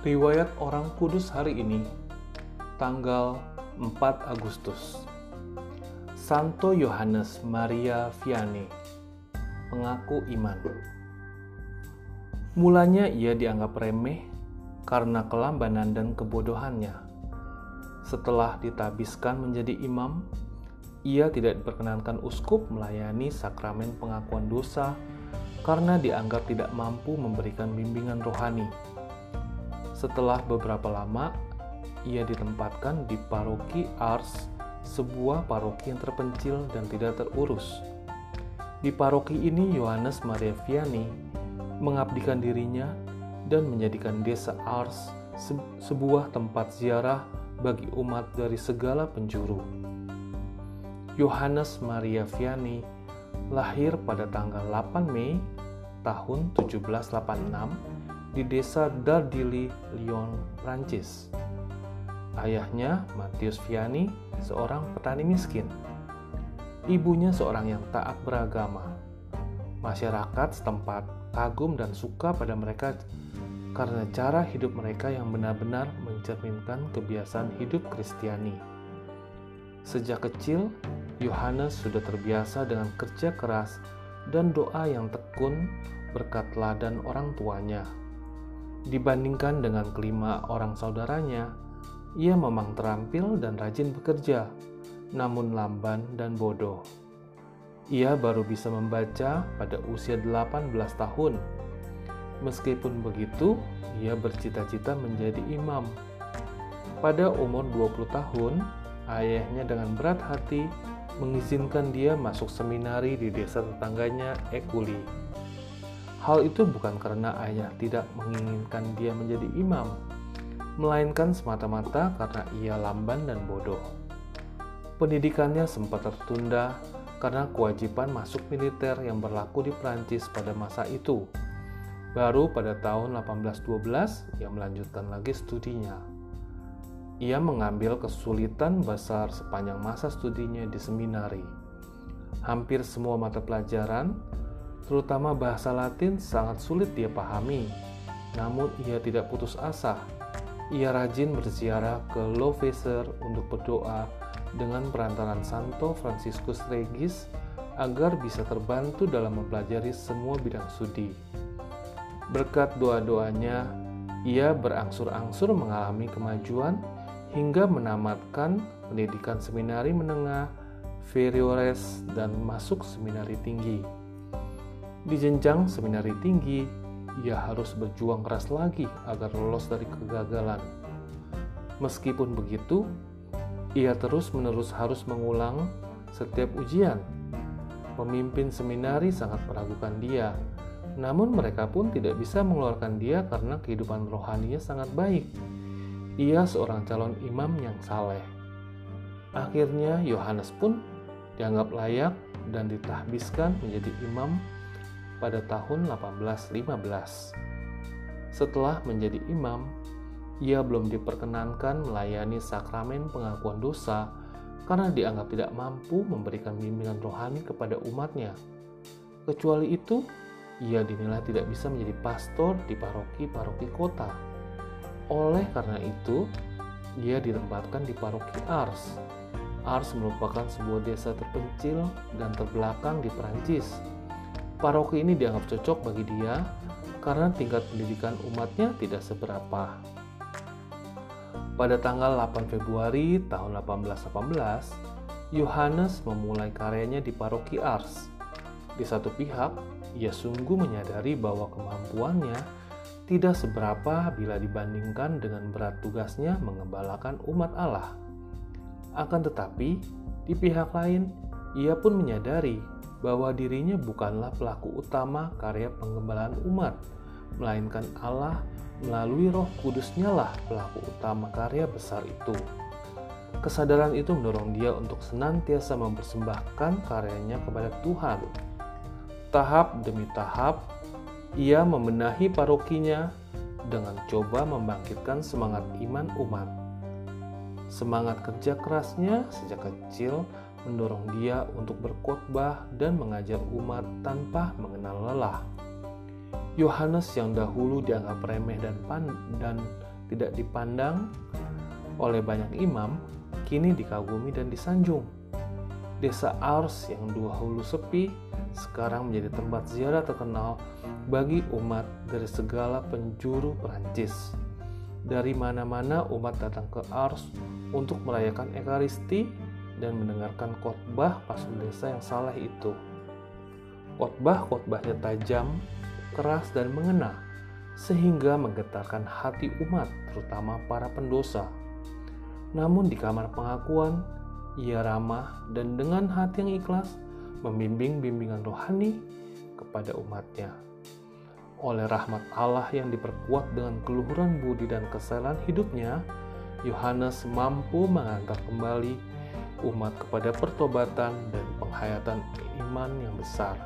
Riwayat Orang Kudus hari ini, tanggal 4 Agustus. Santo Yohanes Maria Vianney, pengaku iman. Mulanya ia dianggap remeh karena kelambanan dan kebodohannya. Setelah ditabiskan menjadi imam, ia tidak diperkenankan uskup melayani sakramen pengakuan dosa karena dianggap tidak mampu memberikan bimbingan rohani. Setelah beberapa lama, ia ditempatkan di paroki Ars, sebuah paroki yang terpencil dan tidak terurus. Di paroki ini, Yohanes Maria Vianney mengabdikan dirinya dan menjadikan desa Ars sebuah tempat ziarah bagi umat dari segala penjuru. Yohanes Maria Vianney lahir pada tanggal 8 Mei tahun 1786 di desa Dardilly, Lyon, Prancis. Ayahnya, Matius Vianney, seorang petani miskin. Ibunya seorang yang taat beragama. Masyarakat setempat kagum dan suka pada mereka karena cara hidup mereka yang benar-benar mencerminkan kebiasaan hidup Kristiani. Sejak kecil, Yohanes sudah terbiasa dengan kerja keras dan doa yang tekun berkat teladan orang tuanya. Dibandingkan dengan kelima orang saudaranya, ia memang terampil dan rajin bekerja, namun lamban dan bodoh. Ia baru bisa membaca pada usia 18 tahun. Meskipun begitu, ia bercita-cita menjadi imam. Pada umur 20 tahun, ayahnya dengan berat hati mengizinkan dia masuk seminari di desa tetangganya, Écully. Hal itu bukan karena ayah tidak menginginkan dia menjadi imam, melainkan semata-mata karena ia lamban dan bodoh. Pendidikannya sempat tertunda karena kewajiban masuk militer yang berlaku di Prancis pada masa itu. Baru pada tahun 1812 ia melanjutkan lagi studinya. Ia mengambil kesulitan besar sepanjang masa studinya di seminari. Hampir semua mata pelajaran, terutama bahasa Latin, sangat sulit dia pahami. Namun ia tidak putus asa. Ia rajin berziarah ke Louvre untuk berdoa dengan perantaran Santo Franciscus Regis agar bisa terbantu dalam mempelajari semua bidang studi. Berkat doa-doanya, ia berangsur-angsur mengalami kemajuan hingga menamatkan pendidikan seminari menengah, Ferriores, dan masuk seminari tinggi. Di jenjang seminari tinggi, ia harus berjuang keras lagi agar lolos dari kegagalan. Meskipun begitu, ia terus-menerus harus mengulang setiap ujian. Pemimpin seminari sangat meragukan dia, namun mereka pun tidak bisa mengeluarkan dia karena kehidupan rohaninya sangat baik. Ia seorang calon imam yang saleh. Akhirnya Yohanes pun dianggap layak dan ditahbiskan menjadi imam pada tahun 1815. Setelah menjadi imam, ia belum diperkenankan melayani sakramen pengakuan dosa karena dianggap tidak mampu memberikan bimbingan rohani kepada umatnya. Kecuali itu, ia dinilai tidak bisa menjadi pastor di paroki-paroki kota. Oleh karena itu, ia ditempatkan di paroki Ars. Ars merupakan sebuah desa terpencil dan terbelakang di Prancis. Paroki ini dianggap cocok bagi dia karena tingkat pendidikan umatnya tidak seberapa. Pada tanggal 8 Februari tahun 1818, Yohanes memulai karyanya di paroki Ars. Di satu pihak, ia sungguh menyadari bahwa kemampuannya tidak seberapa bila dibandingkan dengan berat tugasnya mengembalakan umat Allah. Akan tetapi, di pihak lain, ia pun menyadari bahwa dirinya bukanlah pelaku utama karya penggembalaan umat, melainkan Allah melalui Roh Kudus-Nya lah pelaku utama karya besar itu. Kesadaran itu mendorong dia untuk senantiasa mempersembahkan karyanya kepada Tuhan. Tahap demi tahap, ia membenahi parokinya dengan coba membangkitkan semangat iman umat. Semangat kerja kerasnya sejak kecil mendorong dia untuk berkhotbah dan mengajar umat tanpa mengenal lelah. Yohanes yang dahulu dianggap remeh dan tidak dipandang oleh banyak imam, kini dikagumi dan disanjung. Desa Ars yang dahulu sepi, sekarang menjadi tempat ziarah terkenal bagi umat dari segala penjuru Perancis. Dari mana-mana umat datang ke Ars untuk merayakan Ekaristi dan mendengarkan khotbah pastor desa yang saleh itu. Khotbah-khotbahnya tajam, keras dan mengena, sehingga menggetarkan hati umat, terutama para pendosa. Namun di kamar pengakuan, ia ramah dan dengan hati yang ikhlas membimbing bimbingan rohani kepada umatnya. Oleh rahmat Allah yang diperkuat dengan keluhuran budi dan keselan hidupnya, Yohanes mampu mengantar kembali umat kepada pertobatan dan penghayatan iman yang besar.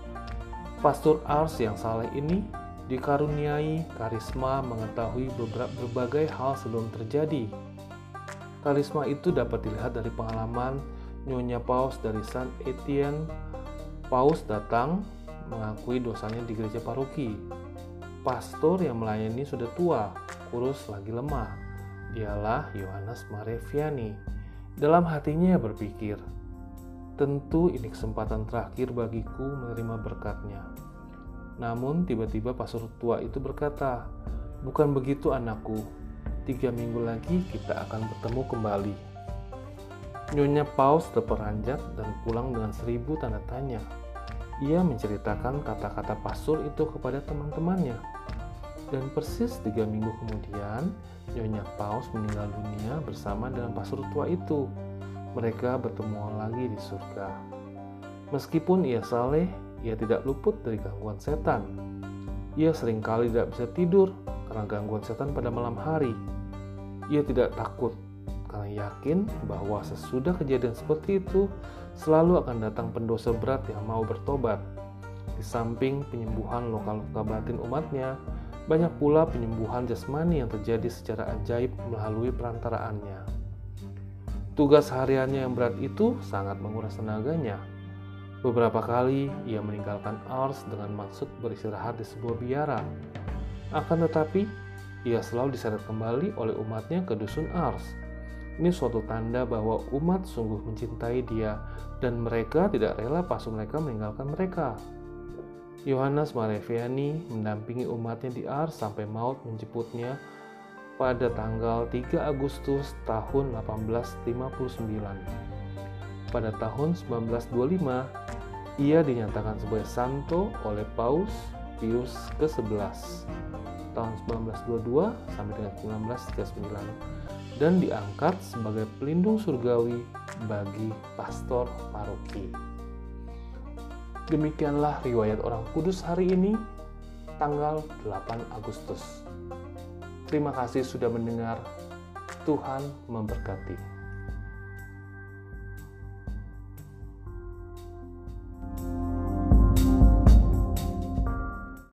Pastor Ars yang saleh ini dikaruniai karisma mengetahui berbagai hal sebelum terjadi. Karisma itu dapat dilihat dari pengalaman Nyonya Paus dari Saint Etienne. Paus datang mengakui dosanya di gereja paroki. Pastor yang melayani sudah tua, kurus lagi lemah. Dialah Yohanes Mareviani. Dalam hatinya ia berpikir, tentu ini kesempatan terakhir bagiku menerima berkatnya. Namun tiba-tiba pastor tua itu berkata, "Bukan begitu anakku, 3 minggu lagi kita akan bertemu kembali." Nyonya Paus terperanjat dan pulang dengan 1000 tanda tanya. Ia menceritakan kata-kata pastor itu kepada teman-temannya. Dan persis 3 minggu kemudian, Nyonya Paus meninggal dunia bersama dengan pastor tua itu. Mereka bertemu lagi di surga. Meskipun ia saleh, ia tidak luput dari gangguan setan. Ia seringkali tidak bisa tidur karena gangguan setan pada malam hari. Ia tidak takut karena yakin bahwa sesudah kejadian seperti itu selalu akan datang pendosa berat yang mau bertobat. Di samping penyembuhan luka-luka batin umatnya, banyak pula penyembuhan jasmani yang terjadi secara ajaib melalui perantaraannya. Tugas hariannya yang berat itu sangat menguras tenaganya. Beberapa kali ia meninggalkan Ars dengan maksud beristirahat di sebuah biara. Akan tetapi, ia selalu diseret kembali oleh umatnya ke dusun Ars. Ini suatu tanda bahwa umat sungguh mencintai dia dan mereka tidak rela pastor mereka meninggalkan mereka. Yohanes Mareviani mendampingi umatnya di Ars sampai maut menjemputnya pada tanggal 3 Agustus tahun 1859. Pada tahun 1925, ia dinyatakan sebagai santo oleh Paus Pius ke-11 tahun 1922 sampai dengan 1939 dan diangkat sebagai pelindung surgawi bagi pastor paroki. Demikianlah riwayat orang kudus hari ini, tanggal 8 Agustus. Terima kasih sudah mendengar. Tuhan memberkati.